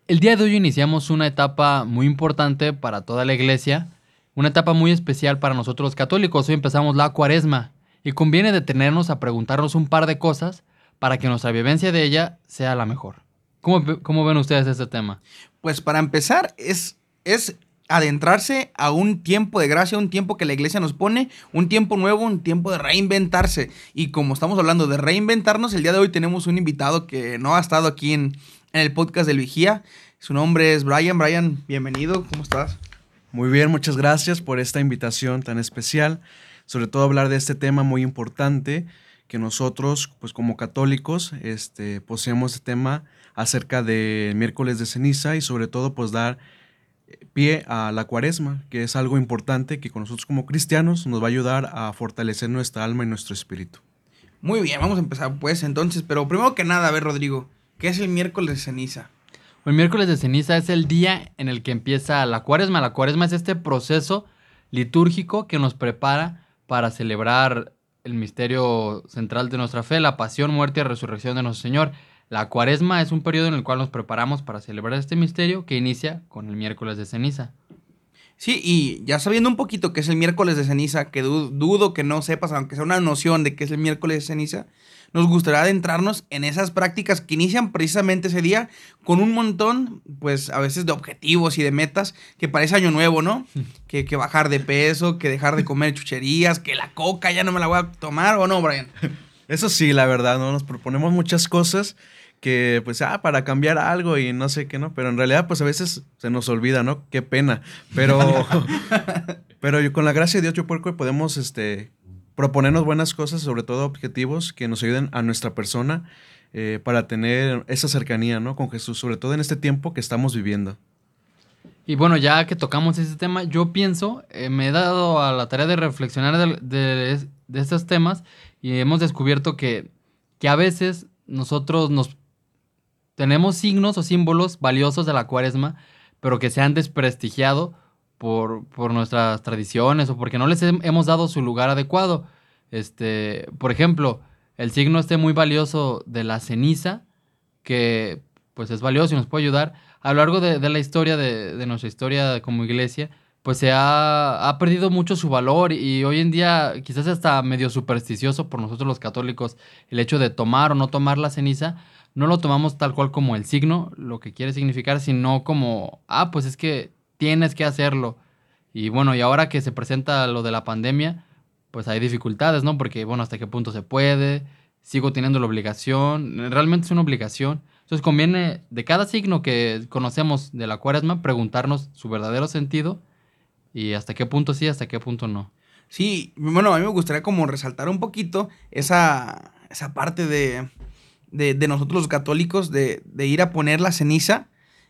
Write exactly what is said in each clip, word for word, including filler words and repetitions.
El día de hoy iniciamos una etapa muy importante para toda la iglesia, una etapa muy especial para nosotros los católicos. Hoy empezamos la Cuaresma y conviene detenernos a preguntarnos un par de cosas para que nuestra vivencia de ella sea la mejor. ¿Cómo, ve- cómo ven ustedes este tema? Pues para empezar es, es adentrarse a un tiempo de gracia, un tiempo que la iglesia nos pone, un tiempo nuevo, un tiempo de reinventarse. Y como estamos hablando de reinventarnos, el día de hoy tenemos un invitado que no ha estado aquí en, en el podcast del Vigía. Su nombre es Brian. Brian, bienvenido, ¿cómo estás? Muy bien, muchas gracias por esta invitación tan especial, sobre todo hablar de este tema muy importante que nosotros, pues como católicos, este, poseemos este tema acerca del miércoles de ceniza y sobre todo pues dar pie a la cuaresma, que es algo importante que con nosotros como cristianos nos va a ayudar a fortalecer nuestra alma y nuestro espíritu. Muy bien, vamos a empezar pues entonces, pero primero que nada, a ver Rodrigo, ¿qué es el miércoles de ceniza? El miércoles de ceniza es el día en el que empieza la Cuaresma. La Cuaresma es este proceso litúrgico que nos prepara para celebrar el misterio central de nuestra fe, la pasión, muerte y resurrección de nuestro Señor. La Cuaresma es un periodo en el cual nos preparamos para celebrar este misterio que inicia con el miércoles de ceniza. Sí, y ya sabiendo un poquito qué es el miércoles de ceniza, que du- dudo que no sepas, aunque sea una noción de qué es el miércoles de ceniza, nos gustaría adentrarnos en esas prácticas que inician precisamente ese día con un montón, pues a veces de objetivos y de metas que parece año nuevo, ¿no? Que, que bajar de peso, que dejar de comer chucherías, que la coca ya no me la voy a tomar, ¿o no, Brian? Eso sí, la verdad, ¿no? Nos proponemos muchas cosas que, pues, ah, para cambiar algo y no sé qué, ¿no? Pero en realidad, pues, a veces se nos olvida, ¿no? Qué pena. Pero, pero yo- con la gracia de Dios, yo creo que podemos, este, proponernos buenas cosas, sobre todo objetivos que nos ayuden a nuestra persona eh, para tener esa cercanía, ¿no? Con Jesús, sobre todo en este tiempo que estamos viviendo. Y bueno, ya que tocamos ese tema, yo pienso, eh, me he dado a la tarea de reflexionar de, de, de estos temas y hemos descubierto que, que a veces nosotros nos tenemos signos o símbolos valiosos de la cuaresma, pero que se han desprestigiado por, por nuestras tradiciones o porque no les hem- hemos dado su lugar adecuado. Este, por ejemplo, el signo este muy valioso de la ceniza, que pues es valioso y nos puede ayudar. A lo largo de, de la historia, de, de nuestra historia como iglesia, pues se ha, ha perdido mucho su valor y hoy en día quizás hasta medio supersticioso por nosotros los católicos el hecho de tomar o no tomar la ceniza no lo tomamos tal cual como el signo, lo que quiere significar, sino como, ah, pues es que tienes que hacerlo. Y bueno, y ahora que se presenta lo de la pandemia, pues hay dificultades, ¿no? Porque, bueno, hasta qué punto se puede, sigo teniendo la obligación, realmente es una obligación. Entonces conviene, de cada signo que conocemos de la cuaresma, preguntarnos su verdadero sentido y hasta qué punto sí, hasta qué punto no. Sí, bueno, a mí me gustaría como resaltar un poquito esa, esa parte de, de, de nosotros los católicos de, de ir a poner la ceniza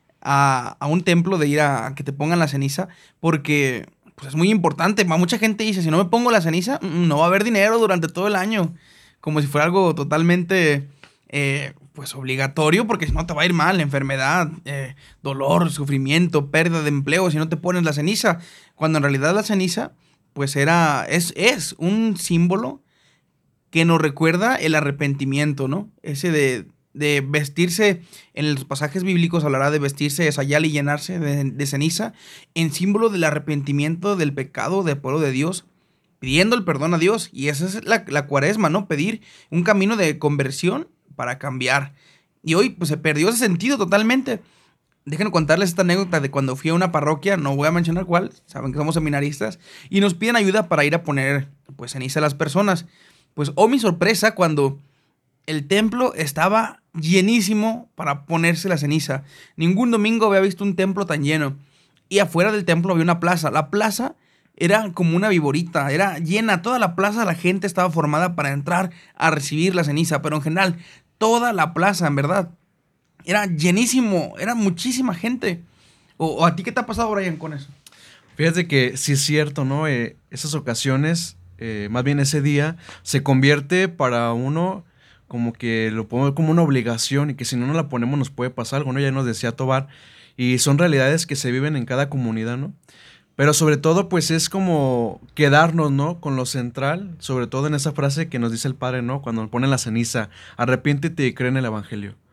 a, a un templo, de ir a, a que te pongan la ceniza, porque pues, es muy importante. Ma- Mucha gente dice, si no me pongo la ceniza, mm, no va a haber dinero durante todo el año. Como si fuera algo totalmente, eh, pues, obligatorio, porque si no te va a ir mal, enfermedad, eh, dolor, sufrimiento, pérdida de empleo, si no te pones la ceniza. Cuando en realidad la ceniza, pues, era, es, es un símbolo que nos recuerda el arrepentimiento, ¿no? Ese de, de vestirse, en los pasajes bíblicos hablará de vestirse de sayal y llenarse de, de ceniza, en símbolo del arrepentimiento del pecado del pueblo de Dios, pidiendo el perdón a Dios. Y esa es la, la cuaresma, ¿no? Pedir un camino de conversión para cambiar. Y hoy, pues se perdió ese sentido totalmente. Déjenme contarles esta anécdota de cuando fui a una parroquia, no voy a mencionar cuál, saben que somos seminaristas, y nos piden ayuda para ir a poner pues ceniza a las personas. Pues oh mi sorpresa cuando el templo estaba llenísimo para ponerse la ceniza. Ningún domingo había visto un templo tan lleno. Y afuera del templo había una plaza. La plaza era como una viborita, era llena. Toda la plaza, la gente estaba formada para entrar a recibir la ceniza, pero en general, toda la plaza, en verdad. Era llenísimo, era muchísima gente. ¿O, o a ti qué te ha pasado, Brian, con eso? Fíjate que sí es cierto, ¿no? Eh, esas ocasiones, eh, más bien ese día, se convierte para uno como que lo ponemos como una obligación y que si no nos la ponemos nos puede pasar algo, ¿no? Ya nos decía Tobar. Y son realidades que se viven en cada comunidad, ¿no? Pero sobre todo, pues es como quedarnos, ¿no? Con lo central, sobre todo en esa frase que nos dice el Padre, ¿no? Cuando nos ponen la ceniza, arrepiéntete y cree en el Evangelio.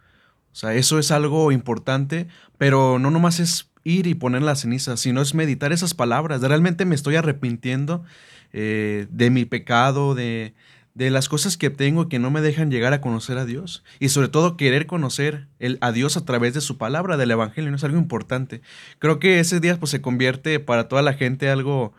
O sea, eso es algo importante, pero no nomás es ir y poner la ceniza, sino es meditar esas palabras. Realmente me estoy arrepintiendo eh, de mi pecado, de, de las cosas que tengo que no me dejan llegar a conocer a Dios. Y sobre todo querer conocer el, a Dios a través de su palabra, del evangelio, ¿no? Es algo importante. Creo que ese día pues, se convierte para toda la gente algo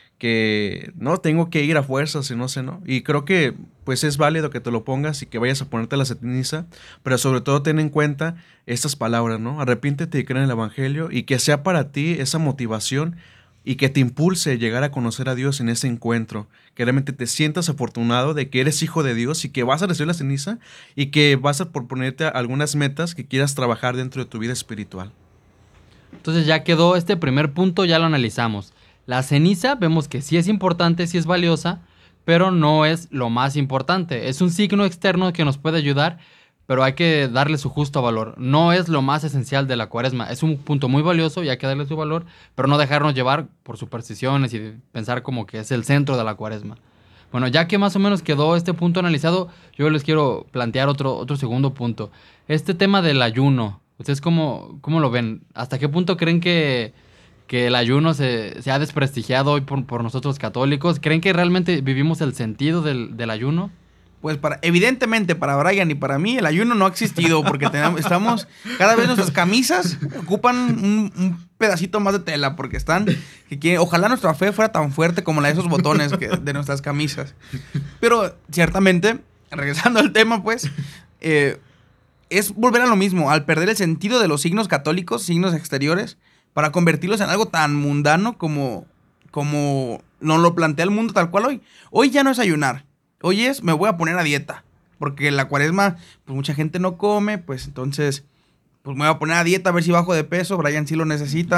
que no tengo que ir a fuerzas y no sé, ¿no? Y creo que pues es válido que te lo pongas y que vayas a ponerte la ceniza, pero sobre todo ten en cuenta estas palabras, ¿no? Arrepiéntete y cree en el evangelio y que sea para ti esa motivación y que te impulse a llegar a conocer a Dios en ese encuentro, que realmente te sientas afortunado de que eres hijo de Dios y que vas a recibir la ceniza y que vas a proponerte algunas metas que quieras trabajar dentro de tu vida espiritual. Entonces ya quedó este primer punto, ya lo analizamos. La ceniza vemos que sí es importante, sí es valiosa, pero no es lo más importante. Es un signo externo que nos puede ayudar, pero hay que darle su justo valor. No es lo más esencial de la cuaresma. Es un punto muy valioso y hay que darle su valor, pero no dejarnos llevar por supersticiones y pensar como que es el centro de la cuaresma. Bueno, ya que más o menos quedó este punto analizado, yo les quiero plantear otro, otro segundo punto. Este tema del ayuno, ¿ustedes cómo, cómo lo ven? ¿Hasta qué punto creen que... que el ayuno se, se ha desprestigiado hoy por, por nosotros católicos? ¿Creen que realmente vivimos el sentido del, del ayuno? Pues para, evidentemente para Brian y para mí el ayuno no ha existido porque tenemos, estamos, cada vez nuestras camisas ocupan un, un pedacito más de tela porque están, que quieren, ojalá nuestra fe fuera tan fuerte como la de esos botones que, de nuestras camisas. Pero ciertamente, regresando al tema pues, eh, es volver a lo mismo, al perder el sentido de los signos católicos, signos exteriores, para convertirlos en algo tan mundano como, como nos lo plantea el mundo tal cual hoy. Hoy ya no es ayunar, hoy es me voy a poner a dieta, porque la cuaresma, pues mucha gente no come, pues entonces, pues me voy a poner a dieta a ver si bajo de peso, Brian sí lo necesita.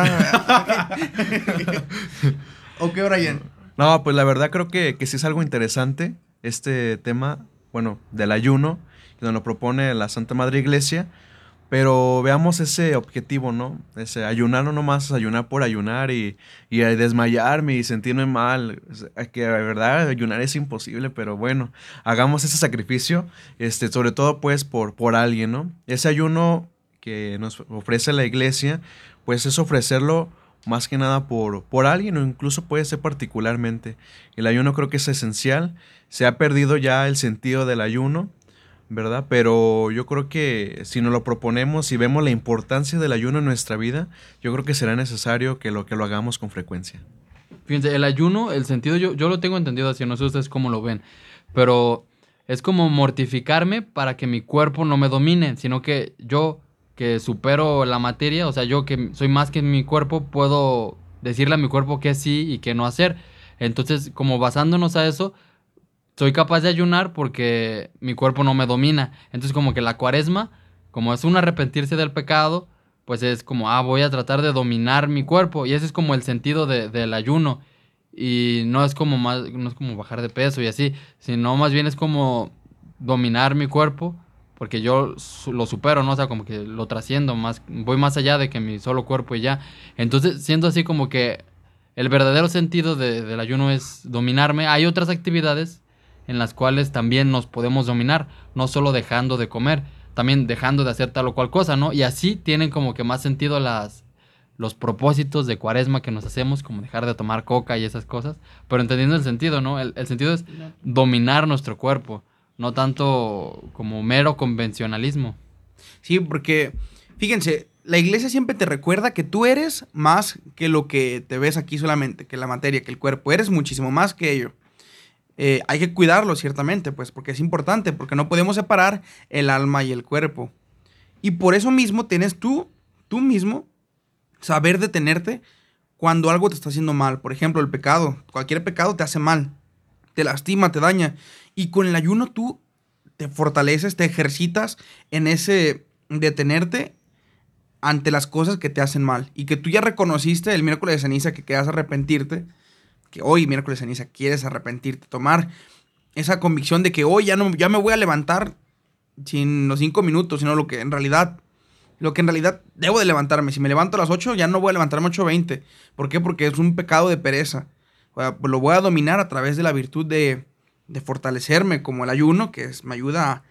¿O qué, Brian? No, pues la verdad creo que, que sí es algo interesante este tema, bueno, del ayuno, que nos lo propone la Santa Madre Iglesia. Pero veamos ese objetivo, ¿no? Ese ayunar no nomás es ayunar por ayunar y, y desmayarme y sentirme mal. Es que de verdad ayunar es imposible, pero bueno, hagamos ese sacrificio, este, sobre todo pues por, por alguien, ¿no? Ese ayuno que nos ofrece la iglesia, pues es ofrecerlo más que nada por, por alguien o incluso puede ser particularmente. El ayuno creo que es esencial, se ha perdido ya el sentido del ayuno, ¿verdad? Pero yo creo que si nos lo proponemos y vemos la importancia del ayuno en nuestra vida, yo creo que será necesario que lo, que lo hagamos con frecuencia. Fíjense, el ayuno, el sentido, yo, yo lo tengo entendido así, no sé ustedes cómo lo ven, pero es como mortificarme para que mi cuerpo no me domine, sino que yo que supero la materia, o sea, yo que soy más que mi cuerpo, puedo decirle a mi cuerpo qué sí y qué no hacer. Entonces, como basándonos a eso, soy capaz de ayunar porque mi cuerpo no me domina. Entonces como que la cuaresma, como es un arrepentirse del pecado, pues es como, ah, voy a tratar de dominar mi cuerpo. Y ese es como el sentido de, del ayuno. Y no es como más, no es como bajar de peso y así, sino más bien es como dominar mi cuerpo, porque yo su- lo supero, ¿no? O sea, como que lo trasciendo más, voy más allá de que mi solo cuerpo y ya. Entonces siento así como que el verdadero sentido de- del ayuno es dominarme. Hay otras actividades en las cuales también nos podemos dominar, no solo dejando de comer, también dejando de hacer tal o cual cosa, ¿no? Y así tienen como que más sentido las, los propósitos de cuaresma que nos hacemos, como dejar de tomar coca y esas cosas, pero entendiendo el sentido, ¿no? El, el sentido es dominar nuestro cuerpo, no tanto como mero convencionalismo. Sí, porque, fíjense, la iglesia siempre te recuerda que tú eres más que lo que te ves aquí solamente, que la materia, que el cuerpo, eres muchísimo más que ello. Eh, hay que cuidarlo, ciertamente, pues, porque es importante, porque no podemos separar el alma y el cuerpo. Y por eso mismo tienes tú, tú mismo, saber detenerte cuando algo te está haciendo mal. Por ejemplo, el pecado. Cualquier pecado te hace mal, te lastima, te daña. Y con el ayuno tú te fortaleces, te ejercitas en ese detenerte ante las cosas que te hacen mal. Y que tú ya reconociste el miércoles de ceniza que quieras arrepentirte, que hoy, miércoles de ceniza, quieres arrepentirte, tomar esa convicción de que hoy ya, no, ya me voy a levantar sin los cinco minutos, sino lo que en realidad, lo que en realidad debo de levantarme. Si me levanto a las ocho, ya no voy a levantarme a ocho veinte. ¿Por qué? Porque es un pecado de pereza. O sea, pues lo voy a dominar a través de la virtud de, de fortalecerme, como el ayuno, que es, me ayuda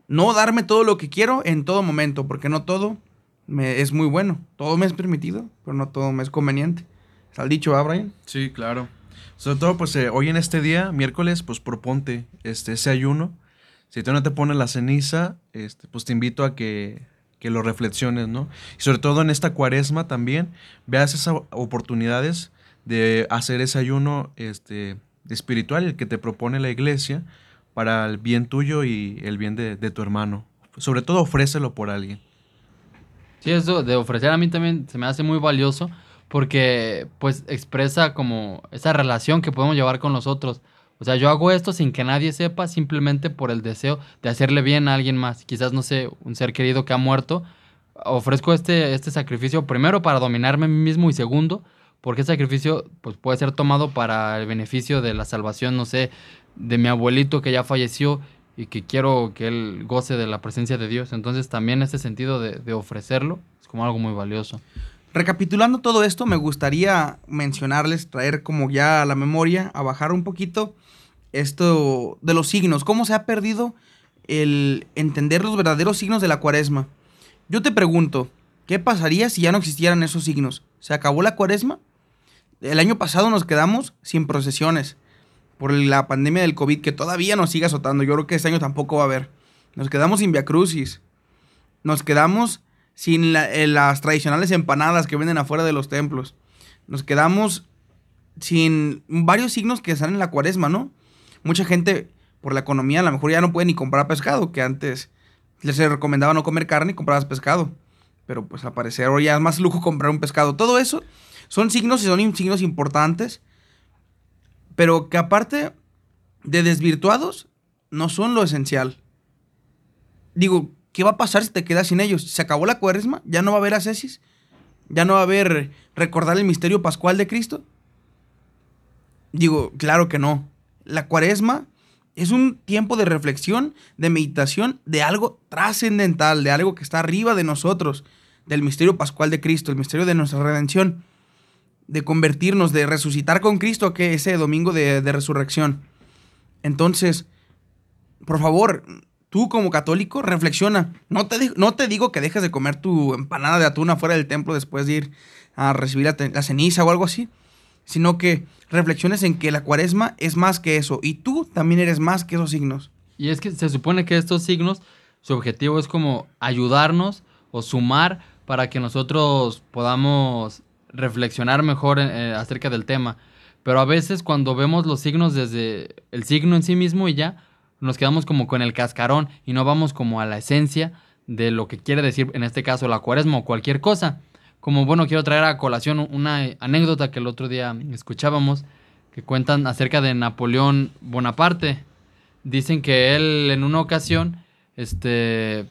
no darme todo lo que quiero en todo momento, porque no todo me, es muy bueno. Todo me es permitido, pero no todo me es conveniente. ¿Está el dicho, ¿ah, Brian? Sí, claro. Sobre todo, pues, eh, hoy en este día, miércoles, pues, proponte este, ese ayuno. Si tú no te pones la ceniza, este, pues, te invito a que, que lo reflexiones, ¿no? Y sobre todo en esta cuaresma también, veas esas oportunidades de hacer ese ayuno este, espiritual, el que te propone la iglesia, para el bien tuyo y el bien de, de tu hermano. Sobre todo, ofrécelo por alguien. Sí, eso de ofrecer a mí también se me hace muy valioso porque pues expresa como esa relación que podemos llevar con los otros. O sea, yo hago esto sin que nadie sepa, simplemente por el deseo de hacerle bien a alguien más. Quizás, no sé, un ser querido que ha muerto. Ofrezco este, este sacrificio primero para dominarme a mí mismo y segundo, porque ese sacrificio pues, puede ser tomado para el beneficio de la salvación, no sé, de mi abuelito que ya falleció y que quiero que él goce de la presencia de Dios. Entonces también ese sentido de, de ofrecerlo es como algo muy valioso. Recapitulando todo esto, me gustaría mencionarles, traer como ya a la memoria, a bajar un poquito esto de los signos. ¿Cómo se ha perdido el entender los verdaderos signos de la cuaresma? Yo te pregunto, ¿qué pasaría si ya no existieran esos signos? ¿Se acabó la cuaresma? El año pasado nos quedamos sin procesiones por la pandemia del COVID, que todavía nos sigue azotando. Yo creo que este año tampoco va a haber. Nos quedamos sin viacrucis. Nos quedamos sin la, eh, las tradicionales empanadas que venden afuera de los templos. Nos quedamos sin varios signos que están en la cuaresma, ¿no? Mucha gente, por la economía, a lo mejor ya no puede ni comprar pescado, que antes les recomendaba no comer carne y comprabas pescado. Pero pues al parecer ahora ya es más lujo comprar un pescado. Todo eso son signos y son signos importantes, pero que aparte de desvirtuados, no son lo esencial. Digo, ¿qué va a pasar si te quedas sin ellos? ¿Se acabó la cuaresma? ¿Ya no va a haber ascesis? ¿Ya no va a haber recordar el misterio pascual de Cristo? Digo, claro que no. La cuaresma es un tiempo de reflexión, de meditación, de algo trascendental, de algo que está arriba de nosotros, del misterio pascual de Cristo, el misterio de nuestra redención, de convertirnos, de resucitar con Cristo, que ese domingo de, de resurrección. Entonces, por favor, tú como católico, reflexiona. No te, no te digo que dejes de comer tu empanada de atún afuera del templo después de ir a recibir la, la ceniza o algo así, sino que reflexiones en que la cuaresma es más que eso, y tú también eres más que esos signos. Y es que se supone que estos signos, su objetivo es como ayudarnos o sumar para que nosotros podamos reflexionar mejor eh, acerca del tema. Pero a veces cuando vemos los signos desde el signo en sí mismo y ya, nos quedamos como con el cascarón y no vamos como a la esencia de lo que quiere decir, en este caso, la cuaresma o cualquier cosa. Como, bueno, quiero traer a colación una anécdota que el otro día escuchábamos, que cuentan acerca de Napoleón Bonaparte. Dicen que él en una ocasión, este,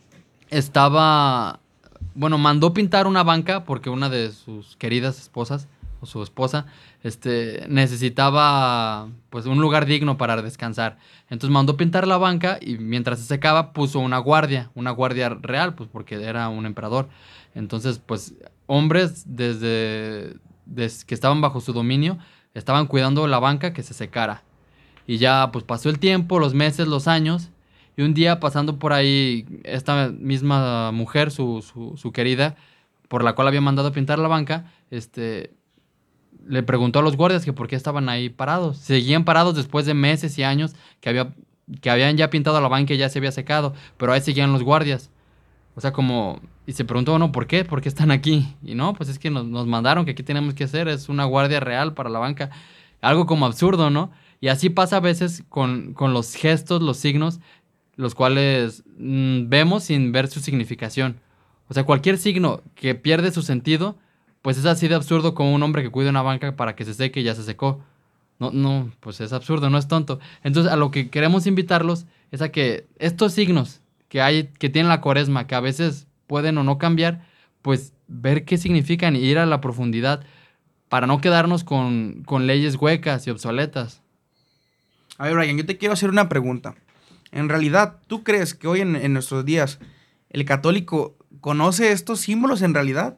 estaba, bueno, mandó pintar una banca porque una de sus queridas esposas, o su esposa, este, necesitaba, pues, un lugar digno para descansar. Entonces mandó pintar la banca y mientras se secaba puso una guardia, una guardia real, pues, porque era un emperador. Entonces, pues, hombres desde, desde que estaban bajo su dominio estaban cuidando la banca que se secara. Y ya, pues, pasó el tiempo, los meses, los años. Y un día pasando por ahí, esta misma mujer, su, su, su querida, por la cual había mandado a pintar la banca, este, le preguntó a los guardias que por qué estaban ahí parados. Seguían parados después de meses y años que, había, que habían ya pintado la banca y ya se había secado. Pero ahí seguían los guardias. O sea, como... Y se preguntó, bueno, ¿por qué? ¿Por qué están aquí? Y no, pues es que nos, nos mandaron que aquí tenemos que hacer. Es una guardia real para la banca. Algo como absurdo, ¿no? Y así pasa a veces con, con los gestos, los signos, los cuales mmm, vemos sin ver su significación. O sea, cualquier signo que pierde su sentido, pues es así de absurdo como un hombre que cuida una banca para que se seque y ya se secó. No, no, pues es absurdo, no es tonto. Entonces, a lo que queremos invitarlos es a que estos signos que hay, que tiene la cuaresma, que a veces pueden o no cambiar, pues ver qué significan y ir a la profundidad para no quedarnos con, con leyes huecas y obsoletas. A ver, Brian, yo te quiero hacer una pregunta. En realidad, ¿tú crees que hoy en, en nuestros días el católico conoce estos símbolos en realidad?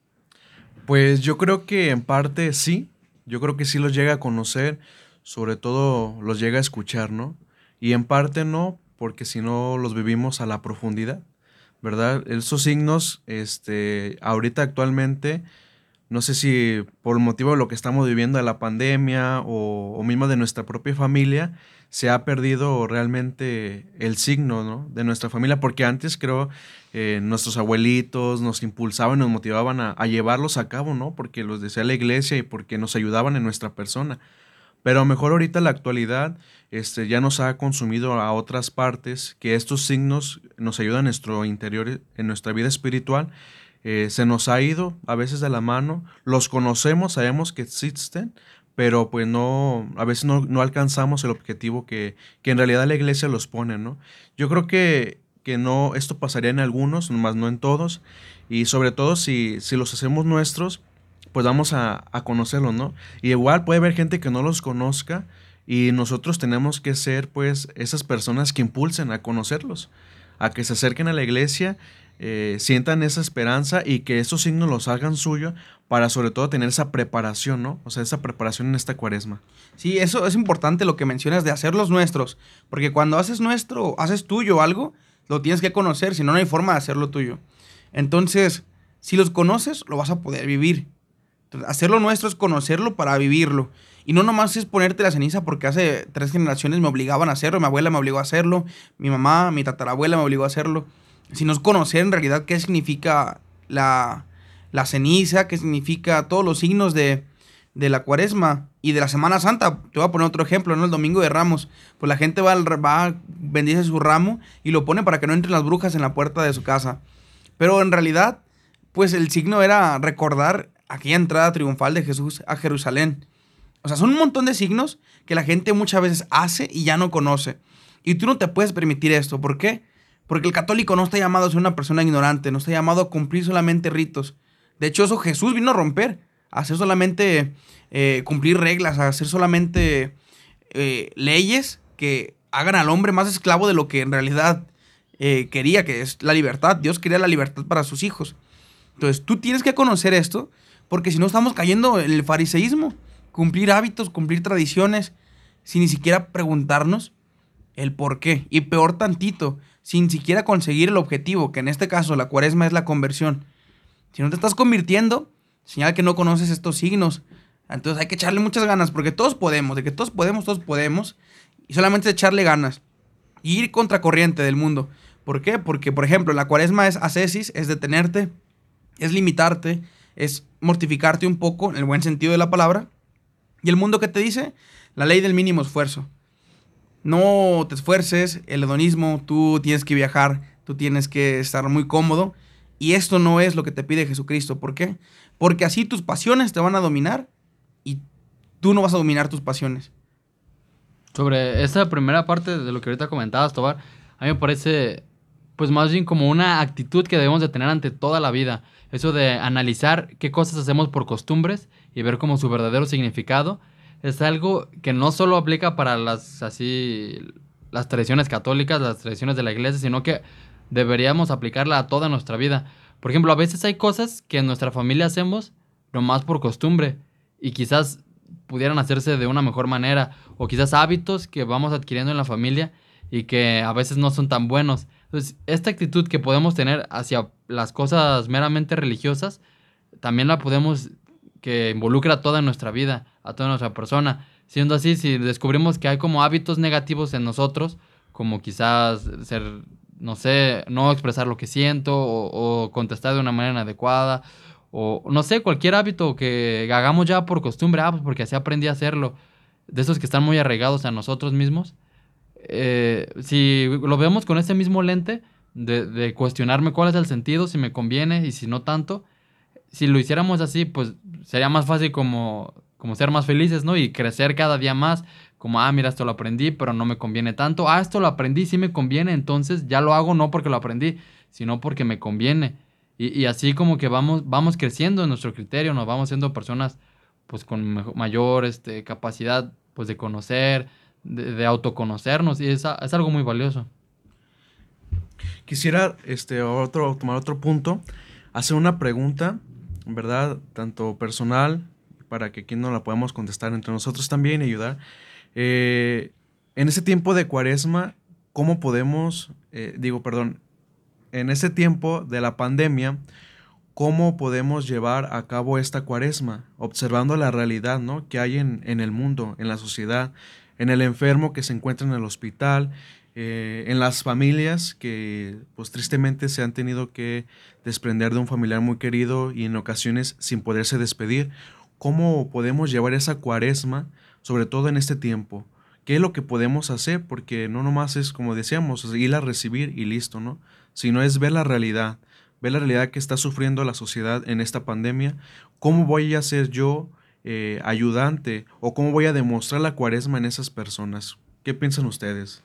Pues yo creo que en parte sí. Yo creo que sí los llega a conocer, sobre todo los llega a escuchar, ¿no? Y en parte no, porque si no los vivimos a la profundidad, ¿verdad? Esos signos, este, ahorita actualmente, no sé si por motivo de lo que estamos viviendo de la pandemia o, o mismo de nuestra propia familia, se ha perdido realmente el signo, ¿no?, de nuestra familia, porque antes creo eh, nuestros abuelitos nos impulsaban, nos motivaban a, a llevarlos a cabo, ¿no?, porque los decía la iglesia y porque nos ayudaban en nuestra persona. Pero a lo mejor ahorita la actualidad este, ya nos ha consumido a otras partes, que estos signos nos ayudan en nuestro interior, en nuestra vida espiritual. Eh, se nos ha ido a veces de la mano, los conocemos, sabemos que existen, pero pues no, a veces no, no alcanzamos el objetivo que, que en realidad la iglesia los pone, ¿no? Yo creo que, que no, esto pasaría en algunos, más no en todos, y sobre todo si, si los hacemos nuestros, pues vamos a, a conocerlos, ¿no? Y igual puede haber gente que no los conozca y nosotros tenemos que ser pues esas personas que impulsen a conocerlos, a que se acerquen a la iglesia, eh, sientan esa esperanza y que esos signos los hagan suyo para sobre todo tener esa preparación, ¿no? O sea, esa preparación en esta cuaresma. Sí, eso es importante lo que mencionas de hacerlos nuestros, porque cuando haces nuestro, haces tuyo algo, lo tienes que conocer, si no, no hay forma de hacerlo tuyo. Entonces, si los conoces, lo vas a poder vivir. Entonces, hacerlo nuestro es conocerlo para vivirlo. Y no nomás es ponerte la ceniza porque hace tres generaciones me obligaban a hacerlo, mi abuela me obligó a hacerlo, mi mamá, mi tatarabuela me obligó a hacerlo, sino es conocer en realidad qué significa la, la ceniza, qué significa todos los signos de, de la cuaresma y de la Semana Santa. Te voy a poner otro ejemplo, ¿no? El Domingo de Ramos, pues la gente va, al, va bendice su ramo y lo pone para que no entren las brujas en la puerta de su casa. Pero en realidad, pues el signo era recordar aquella entrada triunfal de Jesús a Jerusalén. O sea, son un montón de signos que la gente muchas veces hace y ya no conoce. Y tú no te puedes permitir esto. ¿Por qué? Porque el católico no está llamado a ser una persona ignorante, no está llamado a cumplir solamente ritos. De hecho, eso Jesús vino a romper, a hacer solamente eh, cumplir reglas, a hacer solamente eh, leyes que hagan al hombre más esclavo de lo que en realidad eh, quería, que es la libertad. Dios quería la libertad para sus hijos. Entonces, tú tienes que conocer esto, porque si no estamos cayendo en el fariseísmo. Cumplir hábitos, cumplir tradiciones, sin ni siquiera preguntarnos el por qué. Y peor tantito, sin siquiera conseguir el objetivo, que en este caso la cuaresma es la conversión. Si no te estás convirtiendo, señala que no conoces estos signos. Entonces hay que echarle muchas ganas, porque todos podemos, de que todos podemos, todos podemos. Y solamente echarle ganas. Y ir contracorriente del mundo. ¿Por qué? Porque, por ejemplo, la cuaresma es ascesis, es detenerte, es limitarte, es mortificarte un poco, en el buen sentido de la palabra. ¿Y el mundo qué te dice? La ley del mínimo esfuerzo. No te esfuerces, el hedonismo, tú tienes que viajar, tú tienes que estar muy cómodo. Y esto no es lo que te pide Jesucristo. ¿Por qué? Porque así tus pasiones te van a dominar y tú no vas a dominar tus pasiones. Sobre esa primera parte de lo que ahorita comentabas, Tobar, a mí me parece pues más bien como una actitud que debemos de tener ante toda la vida. Eso de analizar qué cosas hacemos por costumbres y ver como su verdadero significado es algo que no solo aplica para las así las tradiciones católicas, las tradiciones de la iglesia, sino que deberíamos aplicarla a toda nuestra vida. Por ejemplo, a veces hay cosas que en nuestra familia hacemos nomás por costumbre y quizás pudieran hacerse de una mejor manera, o quizás hábitos que vamos adquiriendo en la familia y que a veces no son tan buenos. Entonces, esta actitud que podemos tener hacia las cosas meramente religiosas, también la podemos que involucra toda nuestra vida, a toda nuestra persona. Siendo así, si descubrimos que hay como hábitos negativos en nosotros, como quizás ser, no sé, no expresar lo que siento o, o contestar de una manera inadecuada, o no sé, cualquier hábito que hagamos ya por costumbre, ah, pues porque así aprendí a hacerlo, de esos que están muy arraigados a nosotros mismos, eh, si lo vemos con ese mismo lente de, de cuestionarme cuál es el sentido, si me conviene y si no tanto, si lo hiciéramos así, pues sería más fácil como, como ser más felices, ¿no? Y crecer cada día más, como, ah, mira, esto lo aprendí, pero no me conviene tanto, ah, esto lo aprendí, sí me conviene, entonces ya lo hago no porque lo aprendí, sino porque me conviene. Y, y así como que vamos, vamos creciendo en nuestro criterio, nos vamos siendo personas pues con mejor, mayor este, capacidad pues de conocer, de, de autoconocernos, y es, es algo muy valioso. Quisiera este, otro, tomar otro punto, hacer una pregunta, ¿verdad? Tanto personal, para que aquí no la podamos contestar entre nosotros también y ayudar. Eh, en ese tiempo de cuaresma, ¿cómo podemos, eh, digo, perdón, en ese tiempo de la pandemia, cómo podemos llevar a cabo esta cuaresma, observando la realidad, ¿no?, que hay en, en el mundo, en la sociedad, en el enfermo que se encuentra en el hospital, eh, en las familias que pues tristemente se han tenido que desprender de un familiar muy querido y en ocasiones sin poderse despedir? ¿Cómo podemos llevar esa cuaresma, sobre todo en este tiempo? ¿Qué es lo que podemos hacer? Porque no nomás es, como decíamos, ir a recibir y listo, ¿no? Sino es ver la realidad, ver la realidad que está sufriendo la sociedad en esta pandemia. ¿Cómo voy a ser yo eh, ayudante o cómo voy a demostrar la cuaresma en esas personas? ¿Qué piensan ustedes?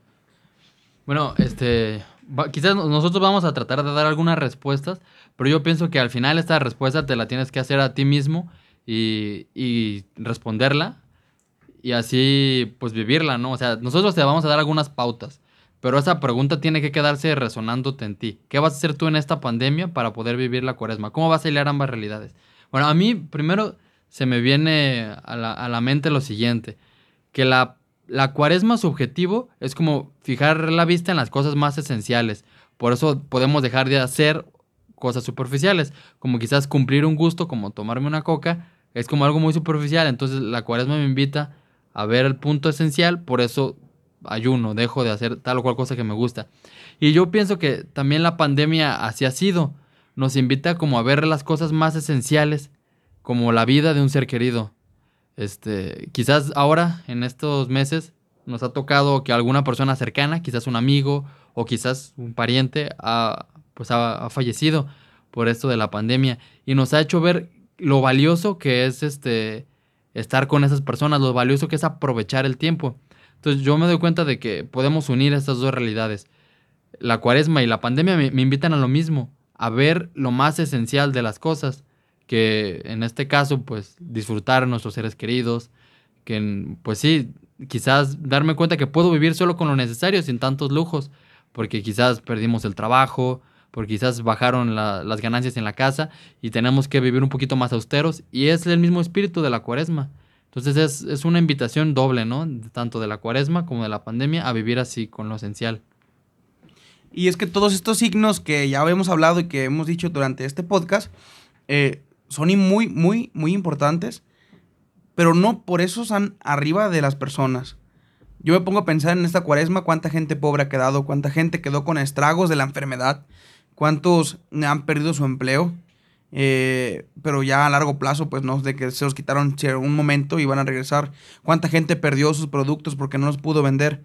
Bueno, este, va- quizás no- nosotros vamos a tratar de dar algunas respuestas, pero yo pienso que al final esta respuesta te la tienes que hacer a ti mismo y, y responderla y así pues vivirla, ¿no? O sea, nosotros te vamos a dar algunas pautas, pero esa pregunta tiene que quedarse resonándote en ti. ¿Qué vas a hacer tú en esta pandemia para poder vivir la cuaresma? ¿Cómo vas a hilar ambas realidades? Bueno, a mí primero se me viene a la, a la mente lo siguiente, que la, la cuaresma su objetivo es como fijar la vista en las cosas más esenciales. Por eso podemos dejar de hacer cosas superficiales, como quizás cumplir un gusto, como tomarme una coca, es como algo muy superficial. Entonces la cuaresma me invita a ver el punto esencial, por eso ayuno, dejo de hacer tal o cual cosa que me gusta. Y yo pienso que también la pandemia así ha sido, nos invita como a ver las cosas más esenciales, como la vida de un ser querido. Este, quizás ahora, en estos meses, nos ha tocado que alguna persona cercana, quizás un amigo o quizás un pariente, ha, pues ha, ha fallecido por esto de la pandemia y nos ha hecho ver lo valioso que es este, estar con esas personas, lo valioso que es aprovechar el tiempo. Entonces yo me doy cuenta de que podemos unir estas dos realidades. La cuaresma y la pandemia me, me invitan a lo mismo, a ver lo más esencial de las cosas, que en este caso, pues disfrutar a nuestros seres queridos, que en- pues sí, quizás darme cuenta que puedo vivir solo con lo necesario, sin tantos lujos, porque quizás perdimos el trabajo, porque quizás bajaron la- las ganancias en la casa y tenemos que vivir un poquito más austeros, y es el mismo espíritu de la cuaresma. Entonces es, es una invitación doble, ¿no? Tanto de la cuaresma como de la pandemia a vivir así, con lo esencial. Y es que todos estos signos que ya hemos hablado y que hemos dicho durante este podcast eh, son y muy, muy, muy importantes, pero no por eso están arriba de las personas. Yo me pongo a pensar en esta cuaresma cuánta gente pobre ha quedado, cuánta gente quedó con estragos de la enfermedad, cuántos han perdido su empleo, eh, pero ya a largo plazo, pues no, de que se los quitaron che, un momento y van a regresar. Cuánta gente perdió sus productos porque no los pudo vender.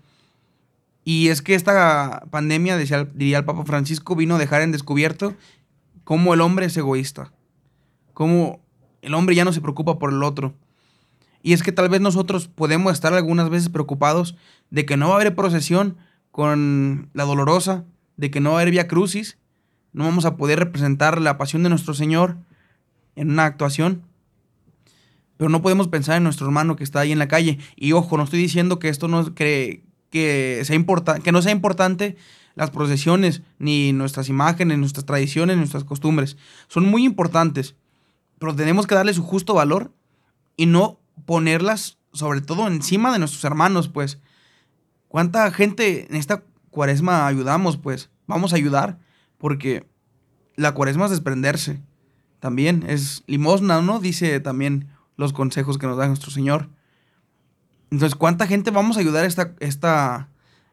Y es que esta pandemia, decía, diría el Papa Francisco, vino a dejar en descubierto cómo el hombre es egoísta, cómo el hombre ya no se preocupa por el otro. Y es que tal vez nosotros podemos estar algunas veces preocupados de que no va a haber procesión con la dolorosa, de que no va a haber vía crucis, no vamos a poder representar la pasión de nuestro Señor en una actuación, pero no podemos pensar en nuestro hermano que está ahí en la calle. Y ojo, no estoy diciendo que esto no que, que sea importa, que no sea importante las procesiones, ni nuestras imágenes, nuestras tradiciones, nuestras costumbres. Son muy importantes, pero tenemos que darle su justo valor y no ponerlas sobre todo encima de nuestros hermanos, pues. ¿Cuánta gente en esta cuaresma ayudamos, pues? Vamos a ayudar, porque la cuaresma es desprenderse. También es limosna, ¿no? Dice también los consejos que nos da nuestro Señor. Entonces, ¿cuánta gente vamos a ayudar esta, esta,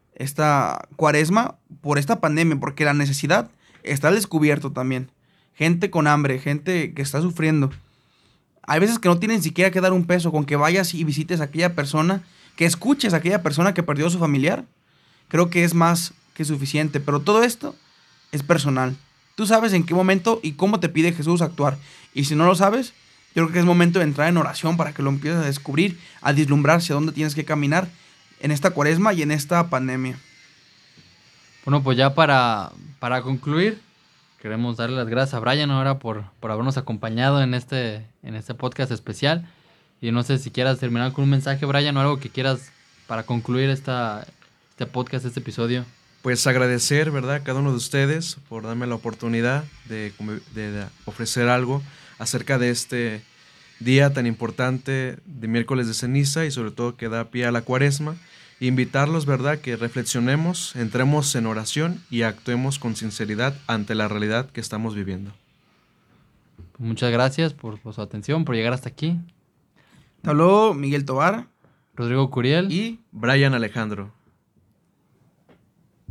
esta cuaresma por esta pandemia? Porque la necesidad está al descubierto también. Gente con hambre, gente que está sufriendo. Hay veces que no tienen siquiera que dar un peso, con que vayas y visites a aquella persona, que escuches a aquella persona que perdió a su familiar. Creo que es más que suficiente, pero todo esto es personal. Tú sabes en qué momento y cómo te pide Jesús actuar. Y si no lo sabes, yo creo que es momento de entrar en oración para que lo empieces a descubrir, a vislumbrar hacia dónde tienes que caminar en esta cuaresma y en esta pandemia. Bueno, pues ya para, para concluir, queremos darle las gracias a Brian ahora por, por habernos acompañado en este, en este podcast especial. Y no sé si quieras terminar con un mensaje, Brian, o algo que quieras para concluir esta, este podcast, este episodio. Pues agradecer, ¿verdad?, a cada uno de ustedes por darme la oportunidad de, de, de ofrecer algo acerca de este día tan importante de miércoles de ceniza y sobre todo que da pie a la cuaresma. invitarlos, ¿verdad?, que reflexionemos, entremos en oración y actuemos con sinceridad ante la realidad que estamos viviendo. Muchas gracias por, por su atención, por llegar hasta aquí. Te habló Miguel Tobar. Rodrigo Curiel. Y Brian Alejandro.